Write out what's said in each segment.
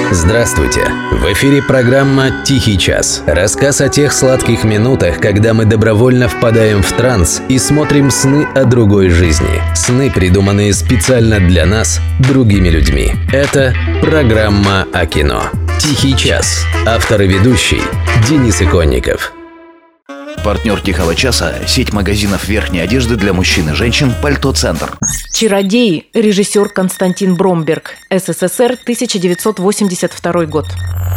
Здравствуйте! В эфире программа «Тихий час». Рассказ о тех сладких минутах, когда мы добровольно впадаем в транс и смотрим сны о другой жизни. Сны, придуманные специально для нас, другими людьми. Это программа о кино. «Тихий час». Автор и ведущий Денис Иконников. Партнер «Тихого часа» – сеть магазинов верхней одежды для мужчин и женщин «Пальто-центр». «Чародеи», режиссер Константин Бромберг, СССР, 1982 год.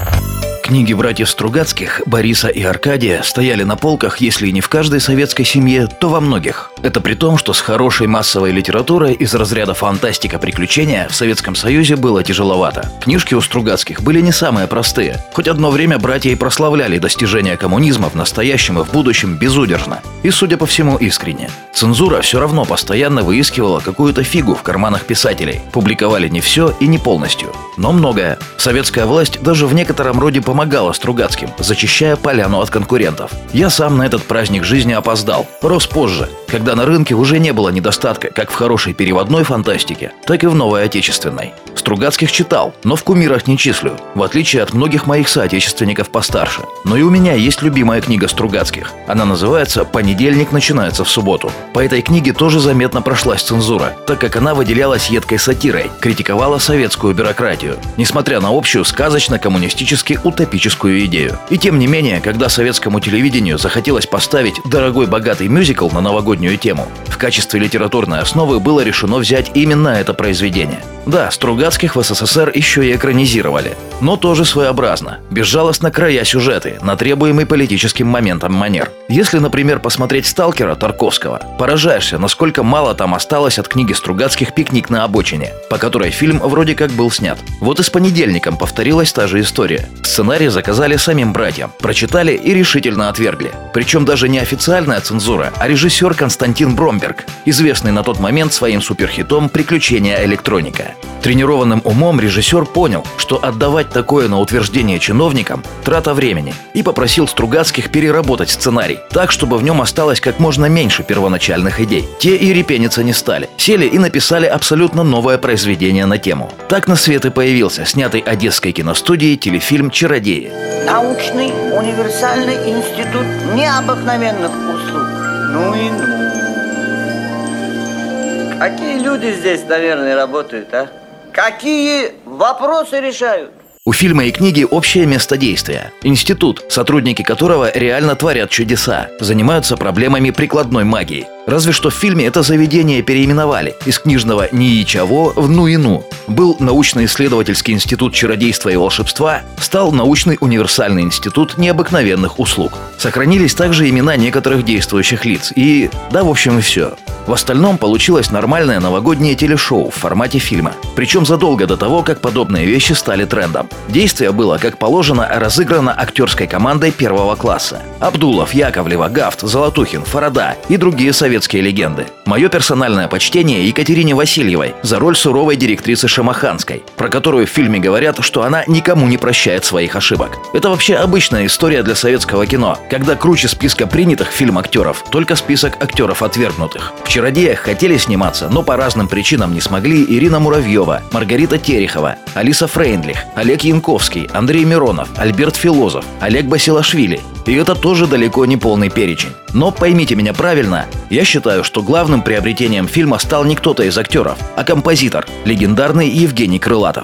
Книги братьев Стругацких, Бориса и Аркадия, стояли на полках, если и не в каждой советской семье, то во многих. Это при том, что с хорошей массовой литературой из разряда фантастика-приключения в Советском Союзе было тяжеловато. Книжки у Стругацких были не самые простые. Хоть одно время братья и прославляли достижения коммунизма в настоящем и в будущем безудержно. И, судя по всему, искренне. Цензура все равно постоянно выискивала какую-то фигу в карманах писателей. Публиковали не все и не полностью, но многое. Советская власть даже в некотором роде помогала Стругацким, зачищая поляну от конкурентов. Я сам на этот праздник жизни опоздал. Рос позже, когда на рынке уже не было недостатка как в хорошей переводной фантастике, так и в новой отечественной. Стругацких читал, но в кумирах не числю, в отличие от многих моих соотечественников постарше. Но и у меня есть любимая книга Стругацких. Она называется «Понедельник начинается в субботу». По этой книге тоже заметно прошлась цензура, так как она выделялась едкой сатирой, критиковала советскую бюрократию, несмотря на общую сказочно-коммунистически утопическую идею. И тем не менее, когда советскому телевидению захотелось поставить дорогой богатый мюзикл на новогоднюю тему, в качестве литературной основы было решено взять именно это произведение. Да, Стругацких в СССР еще и экранизировали, но тоже своеобразно, безжалостно края сюжеты на требуемый политическим моментом манер. Если, например, посмотреть «Сталкера» Тарковского, поражаешься, насколько мало там осталось от книги Стругацких «Пикник на обочине», по которой фильм вроде как был снят. Вот и с «Понедельником» повторилась та же история. Сценарий заказали самим братьям, прочитали и решительно отвергли. Причем даже не официальная цензура, а режиссер Константин Бромберг, известный на тот момент своим суперхитом «Приключения электроника». Тренированным умом режиссер понял, что отдавать такое на утверждение чиновникам – трата времени, и попросил Стругацких переработать сценарий так, чтобы в нем осталось как можно меньше первоначальных идей. Те и репениться не стали. Сели и написали абсолютно новое произведение на тему. Так на свет и появился снятый Одесской киностудией телефильм «Чародеи». Научный универсальный институт необыкновенных услуг. Ну и ну. Какие люди здесь, наверное, работают, а? Какие вопросы решают? У фильма и книги общее место действия. Институт, сотрудники которого реально творят чудеса, занимаются проблемами прикладной магии. Разве что в фильме это заведение переименовали из книжного НИИ-ЧАВО в НУИНУ. Был научно-исследовательский институт чародейства и волшебства, стал научный универсальный институт необыкновенных услуг. Сохранились также имена некоторых действующих лиц и... да, в общем, и все. В остальном получилось нормальное новогоднее телешоу в формате фильма. Причем задолго до того, как подобные вещи стали трендом. Действие было, как положено, разыграно актерской командой первого класса. Абдулов, Яковлева, Гафт, Золотухин, Фарада и другие советские легенды. Мое персональное почтение Екатерине Васильевой за роль суровой директрисы Шамаханской, про которую в фильме говорят, что она никому не прощает своих ошибок. Это вообще обычная история для советского кино, когда круче списка принятых фильм-актеров только список актеров отвергнутых. В «Чародеях» хотели сниматься, но по разным причинам не смогли Ирина Муравьева, Маргарита Терехова, Алиса Фрейндлих, Олег Янковский, Андрей Миронов, Альберт Филозов, Олег Басилашвили. И это тоже далеко не полный перечень. Но поймите меня правильно, я считаю, что главным приобретением фильма стал не кто-то из актеров, а композитор, легендарный Евгений Крылатов.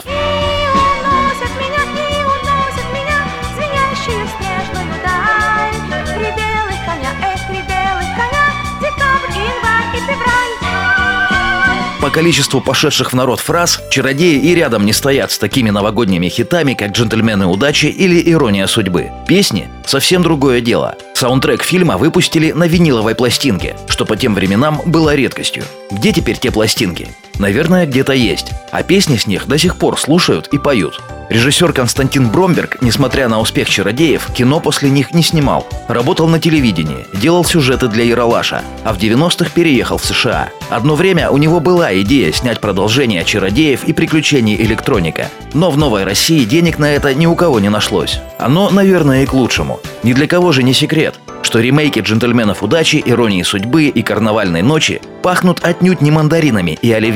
По количеству пошедших в народ фраз, «Чародеи» и рядом не стоят с такими новогодними хитами, как «Джентльмены удачи» или «Ирония судьбы». Песни – совсем другое дело. Саундтрек фильма выпустили на виниловой пластинке, что по тем временам было редкостью. Где теперь те пластинки? Наверное, где-то есть, а песни с них до сих пор слушают и поют. Режиссер Константин Бромберг, несмотря на успех «Чародеев», кино после них не снимал. Работал на телевидении, делал сюжеты для Ералаша, а в 90-х переехал в США. Одно время у него была идея снять продолжение «Чародеев» и «Приключений электроника». Но в Новой России денег на это ни у кого не нашлось. Оно, наверное, и к лучшему. Ни для кого же не секрет, что ремейки «Джентльменов удачи», «Иронии судьбы» и «Карнавальной ночи» пахнут отнюдь не мандаринами и оливье.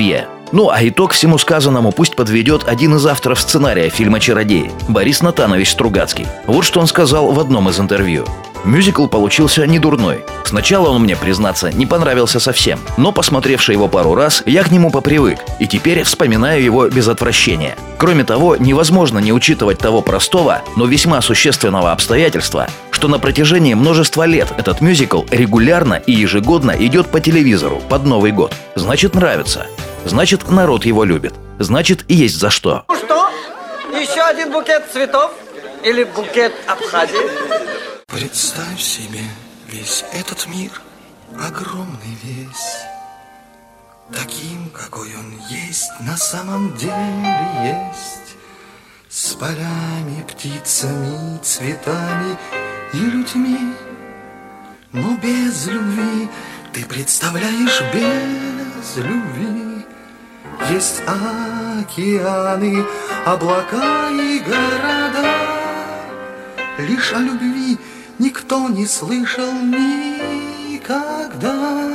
Ну а итог всему сказанному пусть подведет один из авторов сценария фильма «Чародеи» – Борис Натанович Стругацкий. Вот что он сказал в одном из интервью. Мюзикл получился недурной. Сначала он мне, признаться, не понравился совсем, но, посмотревши его пару раз, я к нему попривык, и теперь вспоминаю его без отвращения. Кроме того, невозможно не учитывать того простого, но весьма существенного обстоятельства, что на протяжении множества лет этот мюзикл регулярно и ежегодно идет по телевизору под Новый год. Значит, нравится. Значит, народ его любит. Значит, и есть за что. Ну что? Еще один букет цветов? Или букет Абхазии? Представь себе весь этот мир, огромный весь, таким, какой он есть, на самом деле есть, с полями, птицами, цветами и людьми. Но без любви, ты представляешь, без любви есть океаны, облака и города. Лишь о любви никто не слышал никогда.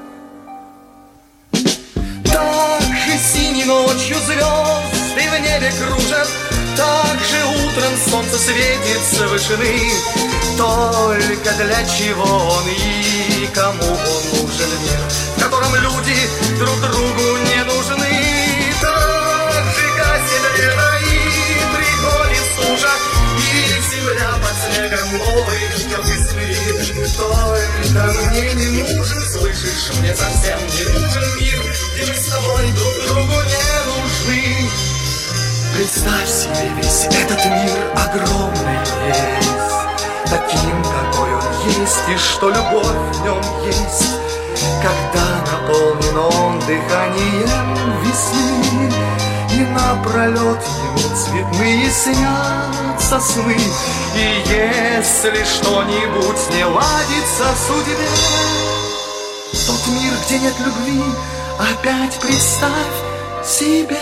Так же синей ночью звезды в небе кружат, так же утром солнце светит с вышины. Только для чего он и кому он нужен мир, в котором люди друг другу не нужны. Так же гаснет лето и приходит стужа, и земля под снегом новый ждет весны. Только мне не нужен, слышишь, мне совсем не нужен мир, где мы с тобой друг другу не нужны. Представь себе весь этот мир огромный весь, таким, какой он есть, и что любовь в нем есть, когда наполнен он дыханием весны, и напролет ему цветные снятся сны. И если что-нибудь не ладится в судьбе, тот мир, где нет любви, опять представь себе.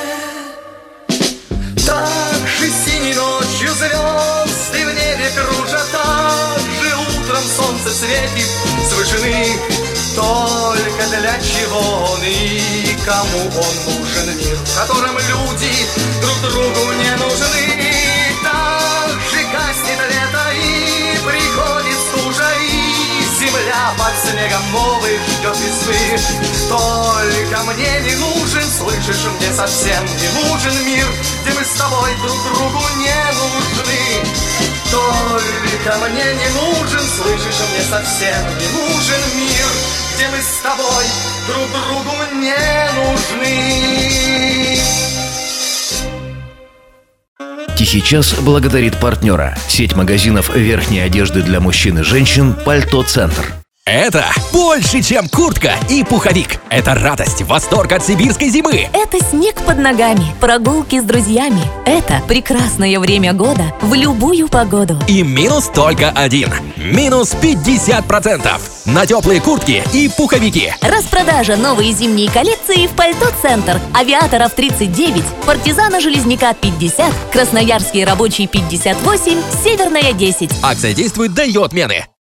Так же синей ночью звезды в небе кружат, так же утром солнце светит с вышины. Только для чего он и кому он нужен мир, в котором люди друг другу не нужны. Так же гаснет лето и приходит стужа, и земля под снегом новых ждет весны. Только мне не нужен, слышишь, мне совсем не нужен мир, где мы с тобой друг другу не нужны. Только мне не нужен, слышишь, мне совсем не нужен мир, где мы с тобой друг другу не нужны. Тихий час благодарит партнера. Сеть магазинов верхней одежды для мужчин и женщин «Пальто Центр». Это больше, чем куртка и пуховик. Это радость, восторг от сибирской зимы. Это снег под ногами, прогулки с друзьями. Это прекрасное время года в любую погоду. И минус только один. Минус 50% на теплые куртки и пуховики. Распродажа новой зимней коллекции в «Пальто Центр». Авиаторов 39, Партизана Железняка 50, Красноярский рабочий 58, Северная 10. Акция действует до ее отмены.